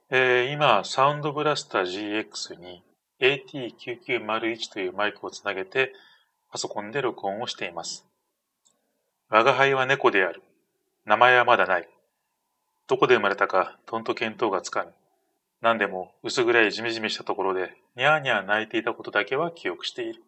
今、サウンドブラスター GX に AT9901 というマイクをつなげてパソコンで録音をしています。我が輩は猫である。名前はまだない。どこで生まれたかとんと見当がつかぬ。何でも薄暗いジメジメしたところでニャーニャー泣いていたことだけは記憶している。